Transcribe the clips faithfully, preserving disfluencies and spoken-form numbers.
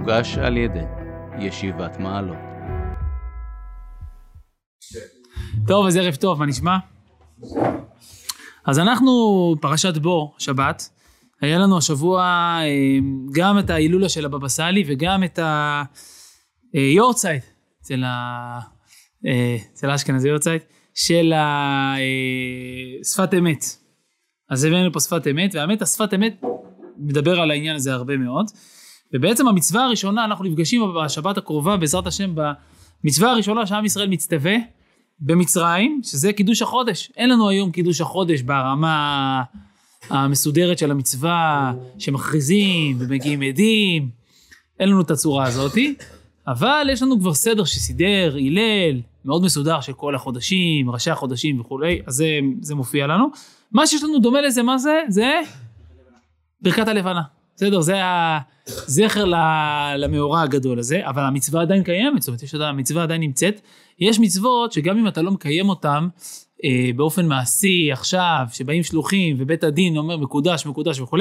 מוגש על ידי ישיבת מעלות. טוב, אז ערב טוב, מה נשמע? אז אנחנו, פרשת בו, שבת, היה לנו השבוע גם את ההילולה של הבבא סאלי וגם את היורצייט, אצל האשכנזי יורצייט, של שפת אמת. אז הבאנו פה שפת אמת, והאמת, השפת אמת מדבר על העניין הזה הרבה מאוד, ובעצם המצווה הראשונה, אנחנו נפגשים בשבת הקרובה, בעזרת השם, במצווה הראשונה שעם ישראל מצטווה במצרים, שזה קידוש החודש. אין לנו היום קידוש החודש ברמה המסודרת של המצווה, שמכריזים ומגיעים עדים, אין לנו את הצורה הזאת, אבל יש לנו כבר סדר שסידר, הילל, מאוד מסודר של כל החודשים, ראשי החודשים וכו', אז זה, זה מופיע לנו. מה שיש לנו דומה לזה, מה זה? זה ברכת הלבנה. בסדר, זה הזכר למאורע הגדול הזה, אבל המצווה עדיין קיימת, זאת אומרת, יש המצווה עדיין נמצאת. יש מצוות שגם אם אתה לא מקיים אותם אה, באופן מעשי עכשיו, שבאים שלוחים ובית הדין אומר מקודש, מקודש וכו',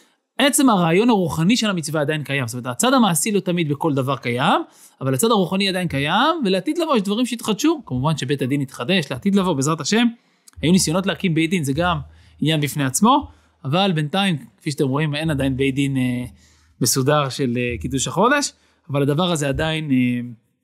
עצם הרעיון הרוחני של המצווה עדיין קיים. זאת אומרת, הצד המעשי לא תמיד בכל דבר קיים, אבל הצד הרוחני עדיין קיים, ולעתיד לבוא יש דברים שהתחדשו. כמובן שבית הדין יתחדש, לעתיד לבוא בעזרת השם, היו ניסיונות להקים בית דין, זה גם עניין בפני עצמו, אבל בינתיים, כפי שאתם רואים, אין עדיין בית דין אה, מסודר של אה, קידוש החודש, אבל הדבר הזה עדיין... אה,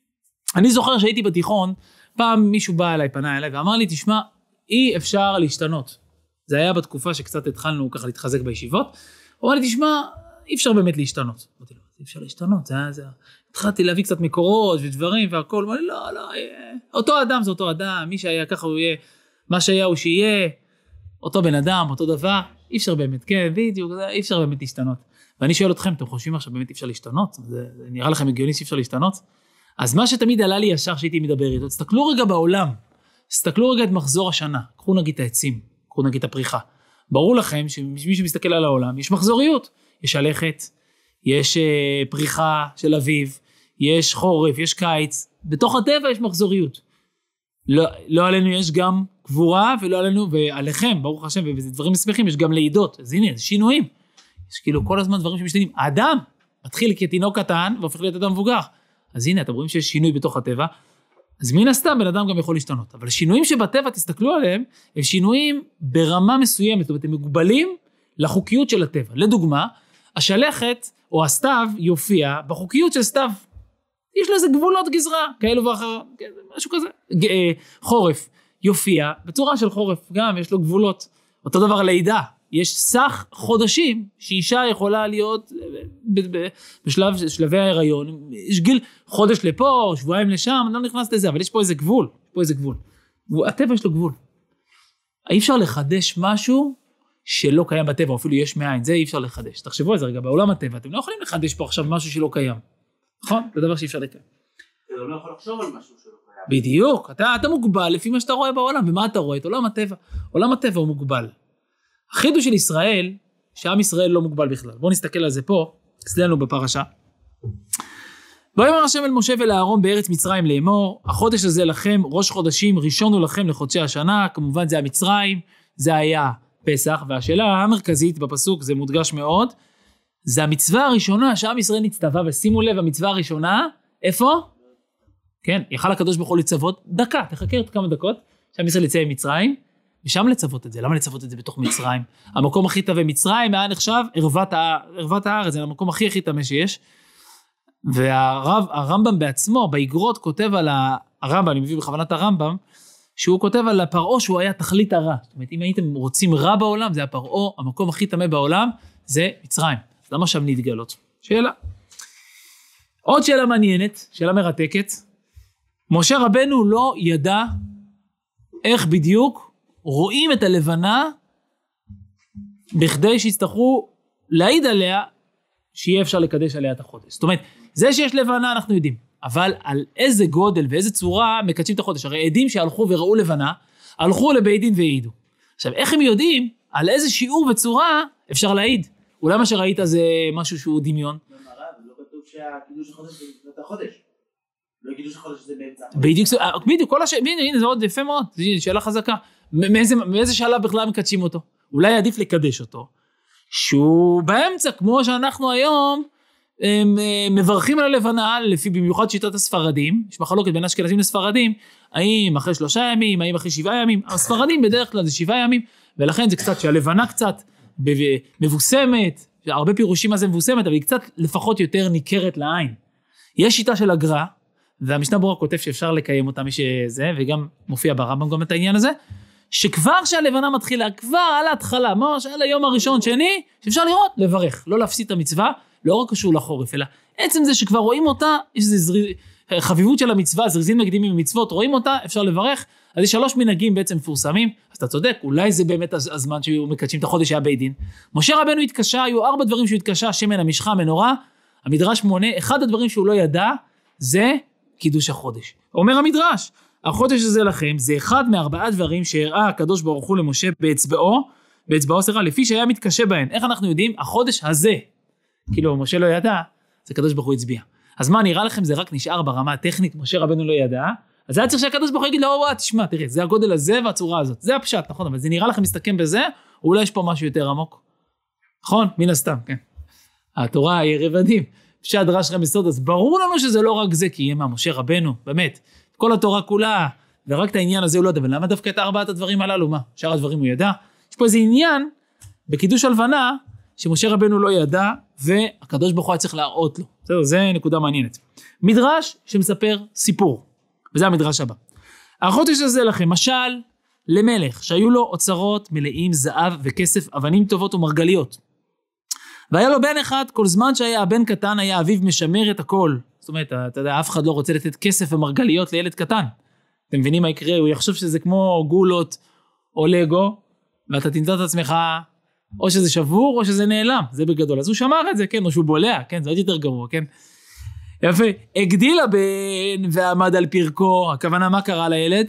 אני זוכר שהייתי בתיכון, פעם מישהו בא אליי, פנה אליי, ואמר לי, תשמע, אי אפשר להשתנות. זה היה בתקופה שקצת התחלנו ככה להתחזק בישיבות, הוא אמר לי, תשמע, אי אפשר באמת להשתנות. אמרתי לו, אי אפשר להשתנות, זה היה זה. התחלתי להביא קצת מקורות ודברים והכל, אמר לי, לא, לא, אותו אדם זה אותו אדם, מי שהיה ככה הוא יהיה, מה שהיה הוא שיהיה, אותו בן אדם, אותו דבר, אי אפשר באמת, כן, בדיוק, אי אפשר באמת להשתנות. ואני שואל אתכם, אתם חושבים עכשיו באמת אי אפשר להשתנות? זה, זה נראה לכם הגיוני שאי אפשר להשתנות? אז מה שתמיד עלה לי ישר שהייתי מדבר איתו, תסתכלו רגע בעולם, תסתכלו רגע את מחזור השנה, קחו נגיד את העצים, קחו נגיד את הפריחה. ברור לכם שמי שמסתכל על העולם, יש מחזוריות, יש הלכת, יש uh, פריחה של אביב, יש חורף, יש קיץ, בתוך הטבע יש מחזוריות. לא, לא עלינו יש גם גבורה, ולא עלינו, ועליכם, ברוך השם, ובדברים מסמכים, יש גם לידות. אז הנה, זה שינויים. יש כאילו כל הזמן דברים שמשתנים. האדם מתחיל כתינוק קטן, והופך להיות אדם מבוגר. אז הנה, אתם רואים שיש שינוי בתוך הטבע, אז מן הסתם בן אדם גם יכול להשתנות. אבל שינויים שבטבע, תסתכלו עליהם, הם שינויים ברמה מסוימת, זאת אומרת, הם מוגבלים לחוקיות של הטבע. לדוגמה, השלכת או הסתיו יופיע בחוקיות של סתיו. יש לו איזה גבולות גזרה, כאלו ואחר, משהו כזה. חורף יופיע בצורה של חורף, גם יש לו גבולות. אותו דבר לידה, יש סך חודשים שאישה יכולה להיות בשלב, שלבי ההיריון, יש גיל חודש לפה, שבועיים לשם, אני לא נכנס לזה, אבל יש פה איזה גבול, פה איזה גבול. הטבע יש לו גבול. אי אפשר לחדש משהו שלא קיים בטבע, אפילו יש מאין, זה אי אפשר לחדש. תחשבו על זה רגע, בעולם הטבע, אתם לא יכולים לחדש פה עכשיו משהו שלא קיים. נכון? זה דבר שאי אפשר לקיים. אתה לא יכול לחשוב על משהו שלא קיים. בדיוק, אתה, אתה מוגבל לפי מה שאתה רואה בעולם, ומה אתה רואה? את עולם הטבע. עולם הטבע הוא מוגבל. החידוש של ישראל, שעם ישראל לא מוגבל בכלל. בואו נסתכל על זה פה, אצלנו בפרשה. ויאמר השם אל משה ולאהרון בארץ מצרים לאמור, החודש הזה לכם ראש חודשים, ראשון הוא לכם לחודשי השנה, כמובן זה המצרים, זה היה פסח, והשאלה המרכזית בפסוק, זה מודגש מאוד, זה המצווה הראשונה שעם ישראל נצטווה, ושימו לב, המצווה הראשונה, איפה? כן, יכל הקדוש ברוך הוא לצוות דקה, תחכה עוד כמה דקות, שעם ישראל יצא ממצרים, ושם לצוות את זה. למה לצוות את זה בתוך מצרים? המקום הכי טבע מצרים היה נחשב ערוות, ערוות הארץ, זה המקום הכי הכי טמא שיש. והרב, הרמב"ם בעצמו, באגרות כותב על הרמב"ם, אני מביא בכוונת הרמב"ם, שהוא כותב על הפרעה שהוא היה תכלית הרע. זאת אומרת, אם הייתם רוצים רע בעולם, זה הפרעה, המקום הכי טמא בעולם, זה מצרים. אז למה שם נתגלות? שאלה. עוד שאלה מעניינת, שאלה מרתקת. משה רבנו לא ידע איך בדיוק רואים את הלבנה בכדי שיצטרכו להעיד עליה שיהיה אפשר לקדש עליה את החודש. זאת אומרת, זה שיש לבנה אנחנו יודעים, אבל על איזה גודל ואיזה צורה מקדשים את החודש. הרי עדים שהלכו וראו לבנה, הלכו לבית דין והעידו. עכשיו, איך הם יודעים על איזה שיעור וצורה אפשר להעיד? אולי מה שראית זה משהו שהוא דמיון. לא כתוב שהקידוש החודש זה לפני החודש. לא קידוש החודש זה באמצע. בדיוק, בדיוק, כל השאלה, הנה, זה עוד יפה מאוד, זו שאלה חזקה. מאיזה, מאיזה שלב בכלל מקדשים אותו? אולי עדיף לקדש אותו, שהוא באמצע, כמו שאנחנו היום, הם, הם מברכים על הלבנה, לפי במיוחד שיטת הספרדים, יש מחלוקת בין אשכנזים לספרדים, האם אחרי שלושה ימים, האם אחרי שבעה ימים, הספרדים בדרך כלל זה שבעה ימים, ולכן זה קצת שהלבנה קצת מבוסמת, הרבה פירושים מה זה מבוסמת, אבל היא קצת לפחות יותר ניכרת לעין. יש שיטה של הגר"א, והמשנה ברורה כותב שאפשר לקיים אותה מי שזה, וגם מופיע ברמב"ם גם את העניין הזה, שכבר שהלבנה מתחילה, כבר על ההתחלה, ממש על היום הראשון, שני, שאפשר לראות, לברך, לא להפסיד את המצווה, לא רק קשור לחורף, אלא עצם זה שכבר רואים אותה, יש איזו זר... חביבות של המצווה, זריזים מקדימים במצוות, רואים אותה, אפשר לברך, אז יש שלוש מנהגים בעצם מפורסמים, אז אתה צודק, אולי זה באמת הזמן שהיו מקדשים את החודש היה בית דין. משה רבנו התקשה, היו ארבע דברים שהוא התקשה, שמן, המשחה, מנורה, המדרש מונה, אחד הדברים שהוא לא ידע, זה קידוש החודש. אומר המדרש, החודש הזה לכם, זה אחד מארבעה דברים שהראה הקדוש ברוך הוא למשה באצבעו, באצבעו סליחה, לפי שהיה מתקשה בהן. איך אנחנו יודעים? החודש הזה, כאילו משה לא ידע, זה הקדוש ברוך הוא הצביע. אז מה, נראה לכם זה רק נשאר ברמה הטכנית, משה רבנו לא ידע, אז היה צריך שהקדוש ברוך הוא יגיד לו, וואו, תשמע, תראה, זה הגודל הזה והצורה הזאת, זה הפשט, נכון, אבל זה נראה לכם מסתכם בזה, או אולי יש פה משהו יותר עמוק? נכון? מן הסתם, כן. התורה היא רבדים, פשט דרש רם יסוד, אז ברור לנו שזה לא רק זה, כי יהיה מה, משה רבנו, באמת, כל התורה כולה, ורק את העניין הזה הוא לא יודע, ולמה דווקא את ארבעת הדברים הללו, מה? שאר הדברים הוא ידע? יש פה איזה עניין, בקידוש הלבנה, שמשה רבנו לא ידע, והקדוש ברוך הוא היה צריך להראות לו. בסדר, זה נקודה מעניינת. מדרש שמספר סיפור, וזה המדרש הבא. החודש הזה לכם, משל למלך, שהיו לו אוצרות מלאים זהב וכסף, אבנים טובות ומרגליות. והיה לו בן אחד, כל זמן שהיה הבן קטן, היה אביו משמר את הכל. זאת אומרת, אתה יודע, אף אחד לא רוצה לתת כסף ומרגליות לילד קטן. אתם מבינים מה יקרה? הוא יחשוב שזה כמו גולות או לגו, ואתה תמצא את עצמך, או שזה שבור או שזה נעלם, זה בגדול. אז הוא שמר את זה, כן, או שהוא בולע, כן, זה עוד יותר גרוע, כן. יפה, הגדיל הבן ועמד על פרקו, הכוונה מה קרה לילד?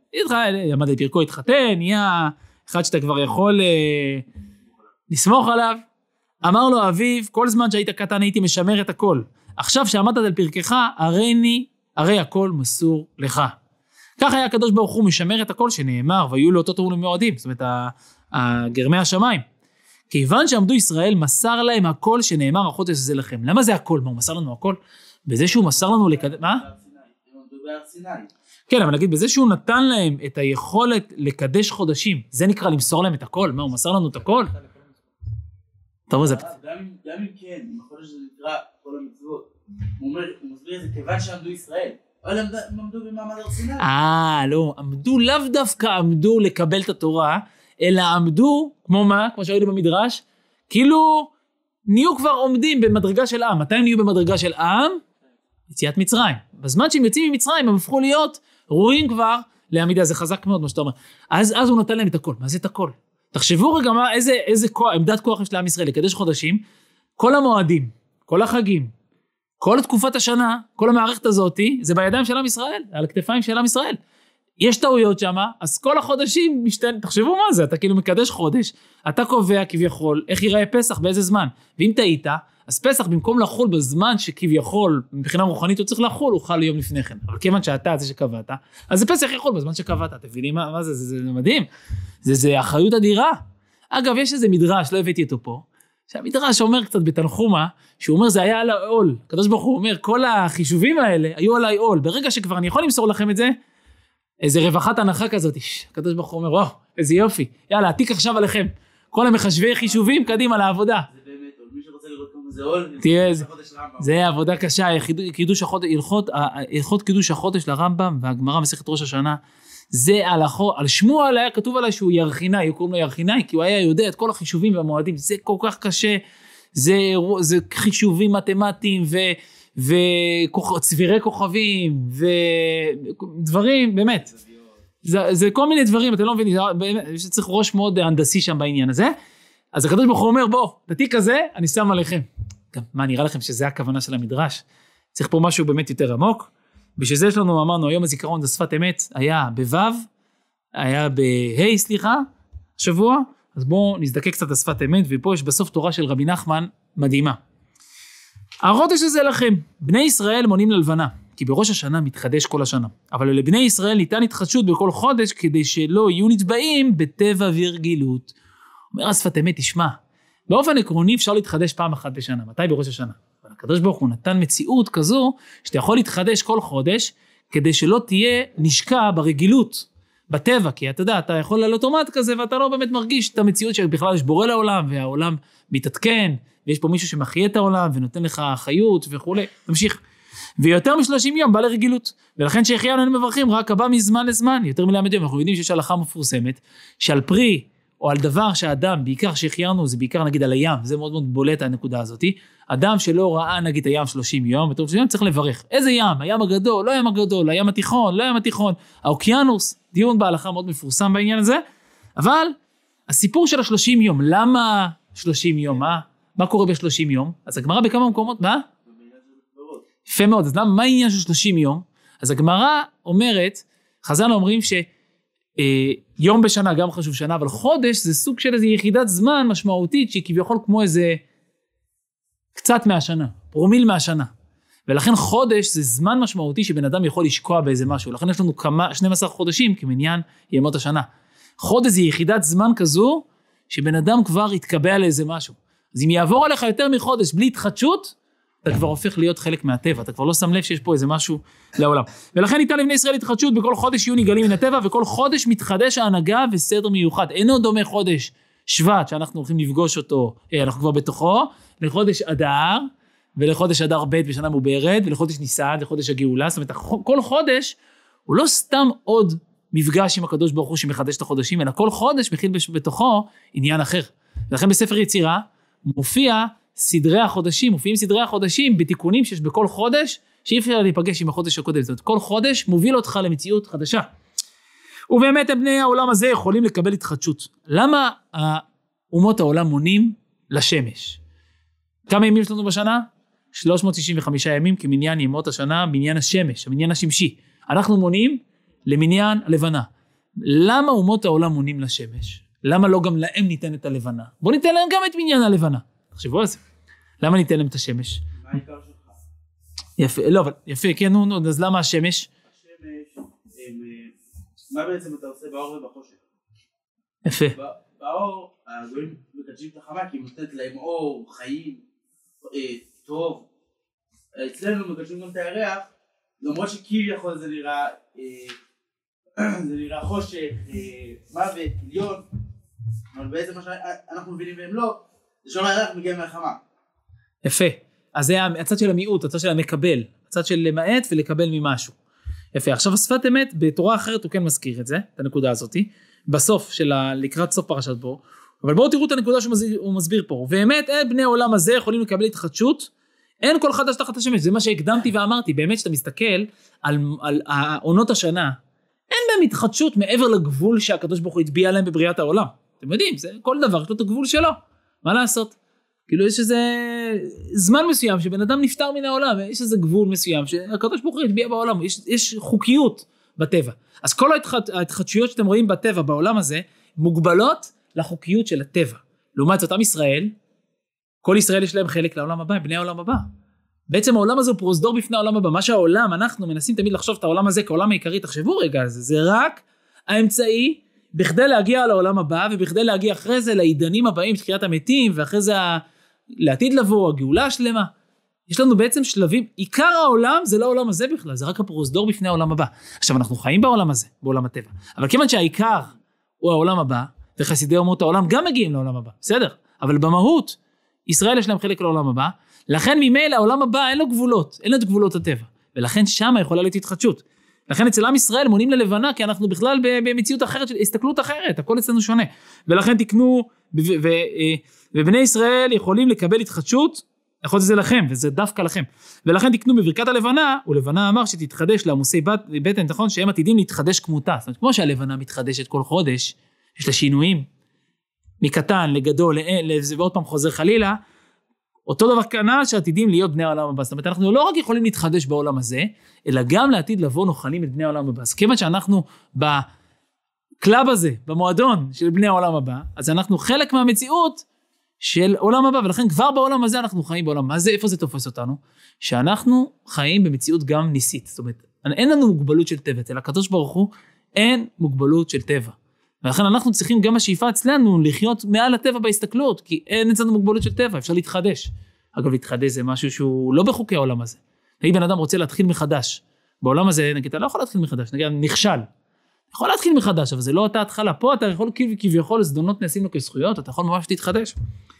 עמד על פרקו, התחתן, נהיה אחד שאתה כבר יכול אה, לסמוך עליו. אמר לו אביו, כל זמן שהיית קטן הייתי משמר את הכל. עכשיו שעמדת על פרקך, הריני, הרי הכל מסור לך. כך היה הקדוש ברוך הוא משמר את הכל שנאמר, והיו לו אותו תורים מועדים, זאת אומרת, גרמי השמיים. כיוון שעמדו ישראל, מסר להם הכל שנאמר, החודש הזה לכם. למה זה הכל? מה, הוא מסר לנו הכל? בזה שהוא מסר לנו לקדם... מה? כן, אבל נגיד, בזה שהוא נתן להם את היכולת לקדש חודשים, זה נקרא למסור להם את הכל. מה, הוא מסר לנו את הכל? טוב, זה... גם אם כן, אם החודש הזה נקרא כל המצוות, הוא מסביר את זה כיוון שעמדו ישראל. אבל הם עמדו במעמד הר סיני. אה, לא, עמדו, לאו דווקא עמדו לקבל את התורה, אלא עמדו, כמו מה? כמו שהיו לי במדרש, כאילו נהיו כבר עומדים במדרגה של עם. מתי הם נהיו במדרגה של עם? יציאת מצרים. בזמן שהם יוצאים ממצרים, הם הפכו להיות ראויים כבר לעמידה, זה חזק מאוד מה שאתה אומר. אז, אז הוא נתן להם את הכל. מה זה את הכל? תחשבו רגע מה, איזה, איזה כוח, עמדת כוח יש לעם ישראל, לקדש חודשים, כל המועדים, כל החגים, כל תקופת השנה, כל המערכת הזאת, זה בידיים של עם ישראל, על הכתפיים של עם ישראל. יש טעויות שם, אז כל החודשים משתנה, תחשבו מה זה, אתה כאילו מקדש חודש, אתה קובע כביכול, איך ייראה פסח, באיזה זמן, ואם טעית, אז פסח במקום לחול בזמן שכביכול, מבחינה רוחנית הוא צריך לחול, הוא חל ליום לפני כן, אבל כיוון שאתה זה שקבעת, אז זה פסח יכול בזמן שקבעת, אתם מבינים מה, מה זה, זה, זה מדהים, זה, זה אחריות אדירה. אגב, יש איזה מדרש, לא הבאתי אותו פה, שהמדרש אומר קצת בתנחומה, שהוא אומר זה היה על העול, הקדוש ברוך הוא אומר, כל החישובים האלה היו על העול, ברגע שכבר אני יכול למסור לכם את זה, איזה רווחת הנחה כזאת, הקדוש ברוך הוא אומר, וואו, איזה יופי, יאללה, עתיק עכשיו עליכם, כל המחשבי חישובים קדימה לעבודה. זה באמת, מי שרוצה לראות כמה זה עול, תהיה, זה עבודה קשה, קידוש החודש, הלכות קידוש החודש לרמב"ם, והגמרא מסכת ראש השנה, זה על, החו, על שמואל היה כתוב עליי שהוא ירחינאי, הוא קוראים לו ירחינאי, כי הוא היה יודע את כל החישובים והמועדים, זה כל כך קשה, זה, זה חישובים מתמטיים ו, וצבירי כוכבים ודברים, באמת, זה, זה כל מיני דברים, אתם לא מבינים, יש צריך ראש מאוד הנדסי שם בעניין הזה, אז הקדוש ברוך הוא אומר, בוא, תתיק הזה, אני שם עליכם. גם, מה נראה לכם שזה הכוונה של המדרש? צריך פה משהו באמת יותר עמוק, בשביל זה יש לנו, אמרנו, היום הזיכרון זה שפת אמת, היה בו', היה בה' סליחה, שבוע, אז בואו נזדקק קצת לשפת אמת, ופה יש בסוף תורה של רבי נחמן מדהימה. החודש הזה לכם, בני ישראל מונים ללבנה, כי בראש השנה מתחדש כל השנה, אבל לבני ישראל ניתן התחדשות בכל חודש, כדי שלא יהיו נתבעים בטבע ורגילות. אומר השפת אמת, תשמע, באופן עקרוני אפשר להתחדש פעם אחת בשנה, מתי בראש השנה? אבל הקדוש ברוך הוא נתן מציאות כזו, שאתה יכול להתחדש כל חודש, כדי שלא תהיה נשקע ברגילות, בטבע, כי אתה יודע, אתה יכול לעלות אוטומט כזה, ואתה לא באמת מרגיש את המציאות שבכלל יש בורא לעולם, והעולם מתעדכן, ויש פה מישהו שמחיה את העולם, ונותן לך חיות וכו'. תמשיך. ויותר משלושים יום בא לרגילות, ולכן שהחיינו אנו מברכים, רק הבא מזמן לזמן, יותר מלמד יום. אנחנו יודעים שיש הלכה מפורסמת, שעל פרי, או על דבר שהאדם, בעיקר שהחיינו, זה בעיקר נגיד על הים, זה מאוד מאוד בולט הנקודה הזאת, אדם שלא ראה נגיד הים שלושים יום, יותר משלושים יום צריך לברך. איזה ים? הים הגדול, לא הים הגדול, הים התיכון, לא הים התיכון, האוקיינוס, דיון בהלכה מאוד מפורסם בעניין הזה, אבל הסיפור של השלושים יום, למה שלושים יום? מה? מה קורה בשלושים יום? אז הגמרא בכמה מקומות, מה? יפה מאוד, אז למה, מה העניין של שלושים יום? אז הגמרא אומרת, חז"ל אומרים שיום בשנה גם חשוב שנה, אבל חודש זה סוג של איזו יחידת זמן משמעותית, שהיא כביכול כמו איזה קצת מהשנה, פרומיל מהשנה. ולכן חודש זה זמן משמעותי שבן אדם יכול לשקוע באיזה משהו. לכן יש לנו כמה, שנים עשר חודשים כמניין ימות השנה. חודש זה יחידת זמן כזו, שבן אדם כבר יתקבע לאיזה משהו. אז אם יעבור עליך יותר מחודש בלי התחדשות, אתה כבר הופך להיות חלק מהטבע, אתה כבר לא שם לב שיש פה איזה משהו לעולם. ולכן ניתן לבני ישראל התחדשות, בכל חודש יהיו נגלים מן הטבע, וכל חודש מתחדש ההנהגה וסדר מיוחד. אינו דומה חודש שבט, שאנחנו הולכים לפגוש אותו, אנחנו כבר בתוכו, לחודש אדר, ולחודש אדר ב' בשנה מעוברת, ולחודש ניסן, לחודש הגאולה. זאת אומרת, כל חודש הוא לא סתם עוד מפגש עם הקדוש ברוך הוא שמחדש את החודשים, אלא כל חודש מכיל בתוכו עניין אחר. ולכן בספר יצירה מופיע סדרי החודשים, מופיעים סדרי החודשים בתיקונים שיש בכל חודש, שאי אפשר להיפגש עם החודש הקודם. זאת אומרת, כל חודש מוביל אותך למציאות חדשה. ובאמת בני העולם הזה יכולים לקבל התחדשות. למה אומות העולם מונים לשמש? כמה ימים יש לנו בשנה? שלוש מאות שישים וחמישה ימים כמניין ימות השנה, מניין השמש, המניין השמשי. אנחנו מונים למניין הלבנה. למה אומות העולם מונים לשמש? למה לא גם להם ניתן את הלבנה? בוא ניתן להם גם את מניין הלבנה. תחשבו על זה. למה ניתן להם את השמש? מה העיקר שלך? יפה, לא, אבל יפה, כן, נו, נו, אז למה השמש? השמש, מה בעצם אתה עושה באור ובחושך? יפה. באור, הגויים מקדשים את החמה, כי היא נותנת להם אור, חיים, טוב. אצלנו מקדשים גם את הירח, למרות שכביכול זה נראה, זה נראה חושך, מוות, עליון, אבל בעצם מה שאנחנו מבינים והם לא, זה שאומר הירח מגיע מהחמה. יפה. אז זה הצד של המיעוט, הצד של המקבל, הצד של למעט ולקבל ממשהו. יפה. עכשיו השפת אמת, בתורה אחרת הוא כן מזכיר את זה, את הנקודה הזאת, בסוף של ה... לקראת סוף פרשת בו, אבל בואו תראו את הנקודה שהוא מסביר פה. באמת, אין בני העולם הזה יכולים לקבל התחדשות, אין כל חדש תחת השמש. זה מה שהקדמתי ואמרתי, באמת שאתה מסתכל על, על העונות השנה, אין בהם התחדשות מעבר לגבול שהקדוש ברוך הוא הטביע להם בבריאת העולם. אתם יודעים, זה כל דבר, יש לו את הגבול שלו. מה לעשות? כאילו יש איזה זמן מסוים שבן אדם נפטר מן העולם, יש איזה גבול מסוים שהקדוש ברוך הוא הטביע בעולם, יש, יש חוקיות בטבע. אז כל ההתחד, ההתחדשויות שאתם רואים בטבע בעולם הזה, מוגבלות לחוקיות של הטבע. לעומת זאת, עם ישראל, כל ישראל יש להם חלק לעולם הבא, בני העולם הבא. בעצם העולם הזה הוא פרוזדור בפני העולם הבא. מה שהעולם, אנחנו מנסים תמיד לחשוב את העולם הזה כעולם העיקרי, תחשבו רגע על זה, זה רק האמצעי בכדי להגיע לעולם הבא, ובכדי להגיע אחרי זה לעידנים הבאים, תחיית המתים, ואחרי זה לעתיד לבוא, הגאולה השלמה. יש לנו בעצם שלבים, עיקר העולם זה לא העולם הזה בכלל, זה רק הפרוזדור בפני העולם הבא. עכשיו אנחנו חיים בעולם הזה, בעולם הטבע. אבל כיוון שהעיקר הוא העולם הבא, וחסידי אומות העולם גם מגיעים לעולם הבא, בסדר? אבל במהות, ישראל יש להם חלק לעולם הבא, לכן ממילא העולם הבא אין לו גבולות, אין לו את גבולות הטבע, ולכן שם יכולה להיות התחדשות. לכן אצל עם ישראל מונים ללבנה, כי אנחנו בכלל במציאות אחרת, של הסתכלות אחרת, הכל אצלנו שונה. ולכן תקנו, ובני ישראל יכולים לקבל התחדשות, יכול להיות זה לכם, וזה דווקא לכם. ולכן תקנו בברכת הלבנה, ולבנה אמר שתתחדש לעמוסי בטן, נכון? שהם עתידים להתחדש כמותה. זאת אומרת, כמו שהלבנה מתחדשת כל חודש, יש לה שינויים, מקטן לגדול, לזה ועוד פעם חוזר חלילה, אותו דבר כנ"ל שעתידים להיות בני העולם הבא. זאת אומרת, אנחנו לא רק יכולים להתחדש בעולם הזה, אלא גם לעתיד לבוא נוחלים את בני העולם הבא. אז כיוון שאנחנו בקלאב הזה, במועדון של בני העולם הבא, אז אנחנו חלק מהמציאות של עולם הבא, ולכן כבר בעולם הזה אנחנו חיים בעולם. מה זה, איפה זה תופס אותנו? שאנחנו חיים במציאות גם ניסית. זאת אומרת, אין לנו מוגבלות של טבע, אלא הקדוש ברוך הוא אין מוגבלות של טבע. ולכן אנחנו צריכים גם השאיפה אצלנו לחיות מעל הטבע בהסתכלות, כי אין אצלנו מוגבלות של טבע, אפשר להתחדש. אגב, להתחדש זה משהו שהוא לא בחוקי העולם הזה. נגיד בן אדם רוצה להתחיל מחדש. בעולם הזה, נגיד, אתה לא יכול להתחיל מחדש, נגיד, נכשל. אתה יכול להתחיל מחדש, אבל זה לא אותה התחלה. פה אתה יכול כביכול, זדונות נעשים לו כזכויות, אתה יכול ממש להתחדש.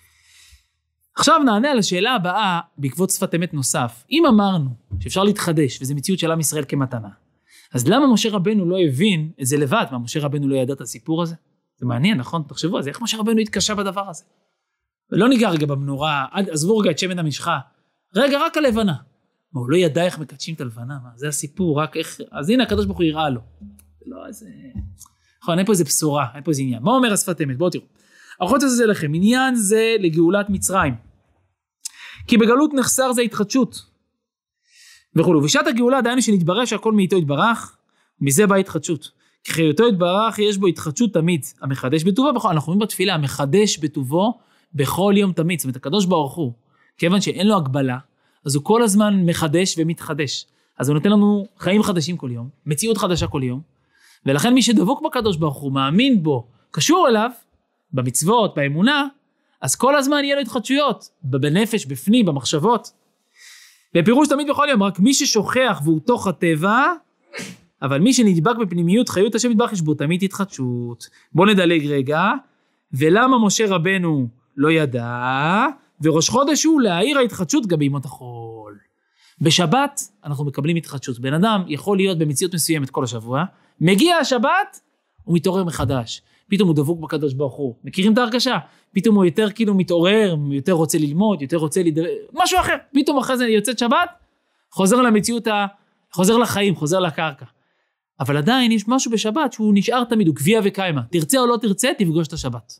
עכשיו נענה על השאלה הבאה, בעקבות שפת אמת נוסף. אם אמרנו שאפשר להתחדש, וזו מציאות של עם ישראל כמתנה, אז למה משה רבנו לא הבין את זה לבד? מה, משה רבנו לא ידע את הסיפור הזה? זה מעניין, נכון? תחשבו על זה, איך משה רבנו התקשה בדבר הזה? ולא ניגע רגע במנורה, עזבו רגע את שמן המשחה, רגע רק הלבנה. מה, הוא לא ידע איך מקדשים את הלבנה? מה, זה הסיפור, רק איך... אז הנה, הקדוש ברוך הוא יראה לו. לא, איזה... נכון, אין פה איזה בשורה, אין פה איזה עניין. מה אומר השפת אמת? בואו תראו. החוץ הזה זה לכם, עניין זה לגאולת מצרים. כי בגלות נחסר זה התחדשות. וכולו. ושעת הגאולה דיינו שנתברר שהכל מאיתו יתברך, מזה באה התחדשות. כי חיותו יתברך יש בו התחדשות תמיד. המחדש בטובו בכל, אנחנו אומרים בתפילה, המחדש בטובו בכל יום תמיד. זאת אומרת, הקדוש ברוך הוא, כיוון שאין לו הגבלה, אז הוא כל הזמן מחדש ומתחדש. אז הוא נותן לנו חיים חדשים כל יום, מציאות חדשה כל יום, ולכן מי שדבוק בקדוש ברוך הוא, מאמין בו, קשור אליו, במצוות, באמונה, אז כל הזמן יהיה לו התחדשויות, בנפש, בפנים, במחשבות. בפירוש תמיד בכל יום, רק מי ששוכח והוא תוך הטבע, אבל מי שנדבק בפנימיות, חיות השם יתברך יש בו תמיד התחדשות. בוא נדלג רגע, ולמה משה רבנו לא ידע, וראש חודש הוא להעיר ההתחדשות גם בימות החול. בשבת אנחנו מקבלים התחדשות. בן אדם יכול להיות במציאות מסוימת כל השבוע, מגיע השבת, הוא מתעורר מחדש. פתאום הוא דבוק בקדוש ברוך הוא. מכירים את ההרגשה? פתאום הוא יותר כאילו מתעורר, יותר רוצה ללמוד, יותר רוצה לדבר, משהו אחר. פתאום אחרי זה יוצאת שבת, חוזר למציאות, ה... חוזר לחיים, חוזר לקרקע. אבל עדיין יש משהו בשבת שהוא נשאר תמיד, הוא קביע וקיימה. תרצה או לא תרצה, תפגוש את השבת.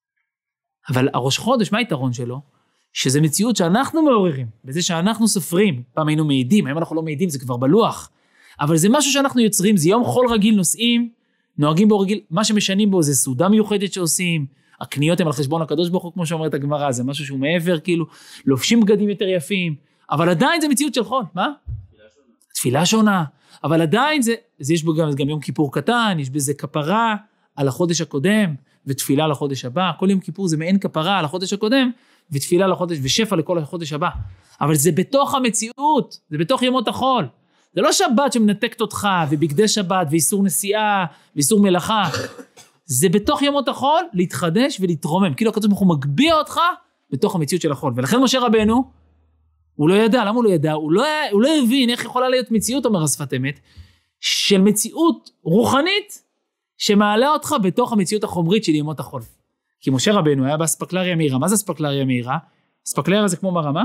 אבל הראש חודש, מה היתרון שלו? שזה מציאות שאנחנו מעוררים, בזה שאנחנו סופרים. פעם היינו מעידים, היום אנחנו לא מעידים, זה כבר בלוח. אבל זה משהו שאנחנו יוצרים, זה יום חול רגיל נוסעים, נוהגים בו רגיל, מה שמשנים בו זה סעודה מיוחדת שעושים, הקניות הם על חשבון הקדוש ברוך הוא, כמו שאומרת הגמרא, זה משהו שהוא מעבר, כאילו, לובשים בגדים יותר יפים, אבל עדיין זה מציאות של חול, מה? תפילה שונה. תפילה שונה, אבל עדיין זה, זה יש בו גם, גם יום כיפור קטן, יש בזה כפרה על החודש הקודם, ותפילה על החודש הבא, כל יום כיפור זה מעין כפרה על החודש הקודם, ותפילה לחודש, ושפע לכל החודש הבא, אבל זה בתוך המציאות, זה בתוך ימות החול, זה לא שבת שמנתקת אותך, ובגדי שבת, ואיסור נסיעה, ואיסור מלאכה, זה בתוך ימות החול, להתחדש ולהתרומם, כאילו הקדוש ברוך הוא מגביה אותך, בתוך המציאות של החול, ולכן משה רבנו, הוא לא ידע, למה הוא לא ידע? הוא לא, הוא לא הבין איך יכולה להיות מציאות, אומר השפת אמת, של מציאות רוחנית, שמעלה אותך בתוך המציאות החומרית של ימות החול. כי משה רבנו היה באספקלריה מהירה, מה זה אספקלריה מהירה? אספקלריה זה כמו מרמה?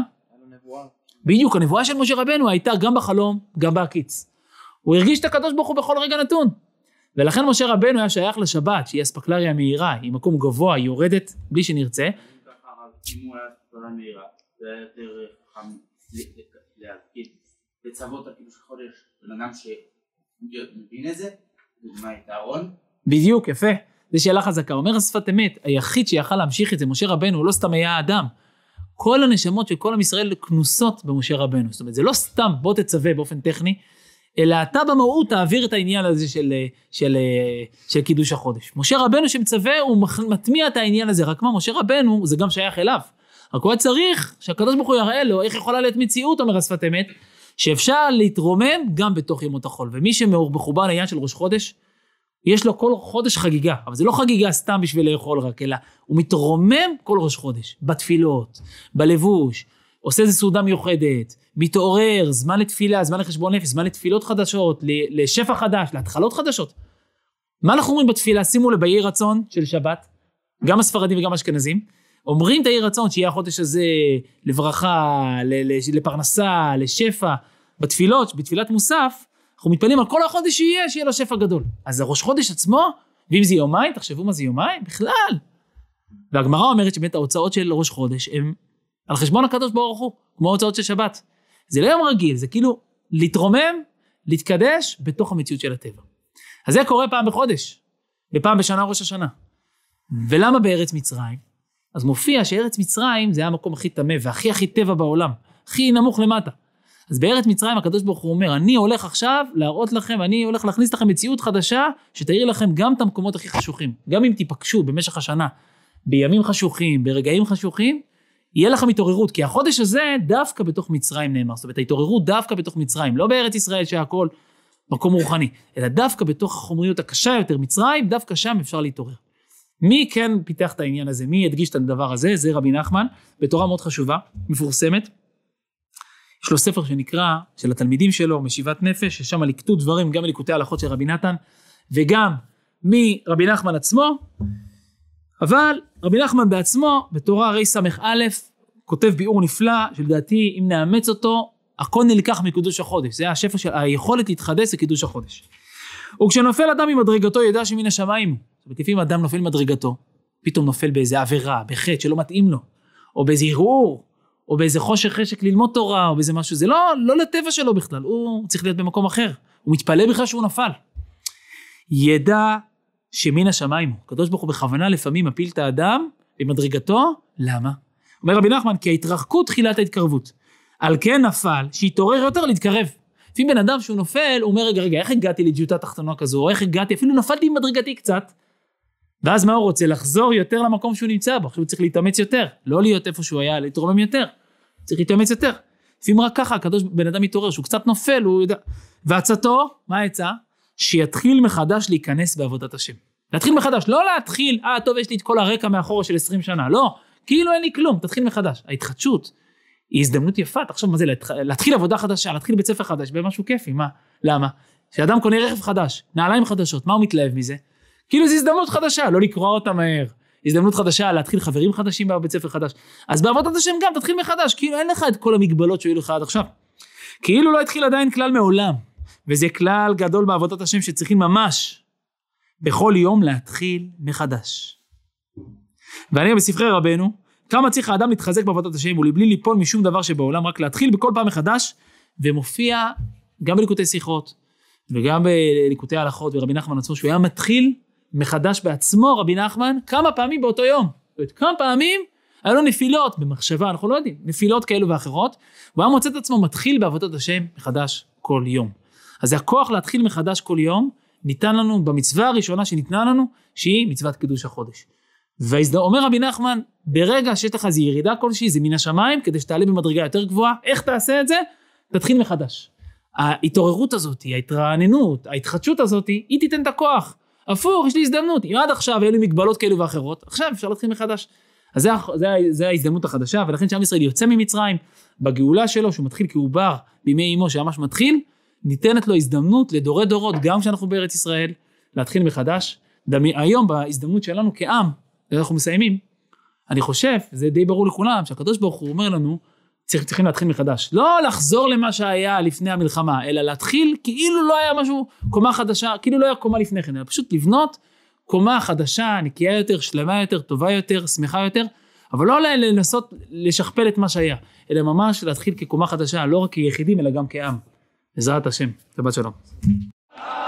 בדיוק, הנבואה של משה רבנו הייתה גם בחלום, גם בהקיץ. הוא הרגיש את הקדוש ברוך הוא בכל רגע נתון. ולכן משה רבנו היה שייך לשבת, שהיא אספקלריה מהירה, היא מקום גבוה, היא יורדת בלי שנרצה. אם הוא היה אספקלריה מהירה, זה היה יותר חכם להגיד, לצוות על קידוש חודש, בן אדם שמבין את זה, דוגמה את הארון. בדיוק, יפה. זה שאלה חזקה. אומר השפת אמת, היחיד שיכל להמשיך את זה, משה רבנו, הוא לא סתם היה האדם. כל הנשמות של כל עם ישראל כנוסות במשה רבנו. זאת אומרת, זה לא סתם בוא תצווה באופן טכני, אלא אתה במהות תעביר את העניין הזה של, של, של קידוש החודש. משה רבנו שמצווה, הוא מטמיע את העניין הזה, רק מה, משה רבנו, זה גם שייך אליו. רק הוא צריך שהקדוש ברוך הוא יראה לו, איך יכולה להיות מציאות, אומר השפת אמת, שאפשר להתרומם גם בתוך ימות החול. ומי שמחובר לעניין של ראש חודש, יש לו כל חודש חגיגה, אבל זה לא חגיגה סתם בשביל לאכול רק, אלא הוא מתרומם כל ראש חודש, בתפילות, בלבוש, עושה איזו סעודה מיוחדת, מתעורר, זמן לתפילה, זמן לחשבון נפש, זמן לתפילות חדשות, לשפע חדש, להתחלות חדשות. מה אנחנו אומרים בתפילה? שימו לב, יהי רצון של שבת, גם הספרדים וגם האשכנזים, אומרים את יהי רצון שיהיה החודש הזה לברכה, לפרנסה, לשפע, בתפילות, בתפילת מוסף, אנחנו מתפללים על כל החודש שיהיה, שיהיה לו שפע גדול. אז הראש חודש עצמו, ואם זה יומיים, תחשבו מה זה יומיים, בכלל. והגמרא אומרת שבאמת ההוצאות של ראש חודש, הם על חשבון הקדוש ברוך הוא, כמו ההוצאות של שבת. זה לא יום רגיל, זה כאילו להתרומם, להתקדש בתוך המציאות של הטבע. אז זה קורה פעם בחודש, בפעם בשנה ראש השנה. ולמה בארץ מצרים? אז מופיע שארץ מצרים זה המקום הכי טמא, והכי הכי טבע בעולם, הכי נמוך למטה. אז בארץ מצרים הקדוש ברוך הוא אומר, אני הולך עכשיו להראות לכם, אני הולך להכניס לכם מציאות חדשה, שתאיר לכם גם את המקומות הכי חשוכים. גם אם תיפגשו במשך השנה, בימים חשוכים, ברגעים חשוכים, יהיה לכם התעוררות, כי החודש הזה דווקא בתוך מצרים נאמר, זאת אומרת, ההתעוררות דווקא בתוך מצרים, לא בארץ ישראל שהכל מקום רוחני, אלא דווקא בתוך החומריות הקשה יותר, מצרים, דווקא שם אפשר להתעורר. מי כן פיתח את העניין הזה? מי ידגיש את הדבר הזה? זה רבי נחמן, בתורה מאוד חשובה, מפורסמת. יש לו ספר שנקרא, של התלמידים שלו, משיבת נפש, ששם לקטו דברים, גם ליקוטי ההלכות של רבי נתן, וגם מרבי נחמן עצמו, אבל רבי נחמן בעצמו, בתורה הרי סמך א', כותב ביאור נפלא, שלדעתי, אם נאמץ אותו, הכל נלקח מקידוש החודש. זה השפע של היכולת להתחדש לקידוש החודש. וכשנופל אדם ממדרגתו, ידע שמן השמיים. זאת אומרת, לפעמים אדם נופל ממדרגתו, פתאום נופל באיזה עבירה, בחטא שלא מתאים לו, או באיזה ערעור, או באיזה חושך חשק ללמוד תורה, או באיזה משהו. זה לא, לא לטבע שלו בכלל, הוא צריך להיות במקום אחר. הוא מתפלא בכלל שהוא נפל. ידע שמן השמיים, הקדוש ברוך הוא בכוונה לפעמים מפיל את האדם במדרגתו, למה? אומר רבי נחמן, כי ההתרחקות תחילת ההתקרבות. על כן נפל, שיתעורר יותר להתקרב. לפעמים בן אדם שהוא נופל, הוא אומר, רגע, רגע, איך הגעתי לג'יוטה תחתונה כזו, או איך הגעתי, אפילו נפלתי במדרגתי קצת, ואז מה הוא רוצה? לחזור יותר למקום שהוא נמצא בו, עכשיו הוא צריך להתאמץ יותר, לא להיות איפה שהוא היה, להתרומם יותר, צריך להתאמץ יותר. לפעמים רק ככה, הקדוש בן אדם מתעורר, שהוא קצת נופל, הוא יודע. ועצתו, מה העצה? שיתחיל מחדש להיכנס בעבודת השם. להתחיל מחדש, לא להתחיל, אה, טוב, יש לי את כל הרקע מאחורה של עשרים שנה, לא, כאילו אין לי כלום, תתחיל מחדש. ההתחדשות היא הזדמנות יפה, תחשוב מה זה, להתחיל עבודה חדשה, להתחיל בית ספר חדש, במשהו כיפי, מה? למה? כשאדם קונה רכב חדש, נעליים חדשות, מה הוא מתלהב מזה? כאילו זו הזדמנות חדשה, לא לקרוא אותה מהר, הזדמנות חדשה, להתחיל חברים חדשים בבית ספר חדש, אז בעבודת השם גם תתחיל מחדש, כאילו אין לך את כל המגבלות שהיו לך עד עכשיו, כאילו לא התחיל עדיין כלל מעולם, וזה כלל גדול בעבודת השם שצריכים ממש, בכל יום להתחיל מחדש. ואני בספרי רבנו, כמה צריך האדם להתחזק בעבודת השם, ולבלי ליפול משום דבר שבעולם, רק להתחיל בכל פעם מחדש, ומופיע גם בליקוטי שיחות, וגם בליקוטי ההלכות, ורבי נחמן עצמו, שהוא היה מתחיל מחדש בעצמו, רבי נחמן, כמה פעמים באותו יום. כמה פעמים היה לו נפילות במחשבה, אנחנו לא יודעים, נפילות כאלו ואחרות, והוא היה מוצא את עצמו מתחיל בעבודת השם מחדש כל יום. אז הכוח להתחיל מחדש כל יום, ניתן לנו במצווה הראשונה שניתנה לנו, שהיא מצוות קידוש החודש. ואומר רבי נחמן, ברגע שיש לך איזו ירידה כלשהי, זה מן השמיים, כדי שתעלה במדרגה יותר גבוהה, איך תעשה את זה? תתחיל מחדש. ההתעוררות הזאת, ההתרעננות, ההתחדשות הזאת, היא תיתן את הכוח. הפוך, יש לי הזדמנות. אם עד עכשיו היו לי מגבלות כאלו ואחרות, עכשיו אפשר להתחיל מחדש. אז זה, זה, זה ההזדמנות החדשה, ולכן שעם ישראל יוצא ממצרים, בגאולה שלו, שהוא מתחיל כעובר בימי אמו, שממש מתחיל, ניתנת לו הזדמנות לדורי דורות, גם כשאנחנו בארץ ישראל, להתחיל מחדש. דמי, היום בהזדמנות שלנו כעם, אנחנו מסיימים, אני חושב, זה די ברור לכולם, שהקדוש ברוך הוא אומר לנו, צריך, צריכים להתחיל מחדש. לא לחזור למה שהיה לפני המלחמה, אלא להתחיל כאילו לא היה משהו, קומה חדשה, כאילו לא היה קומה לפני כן, אלא פשוט לבנות קומה חדשה, נקייה יותר, שלמה יותר, טובה יותר, שמחה יותר, אבל לא לנסות לשכפל את מה שהיה, אלא ממש להתחיל כקומה חדשה, לא רק כיחידים, אלא גם כעם. בעזרת השם. שבת שלום.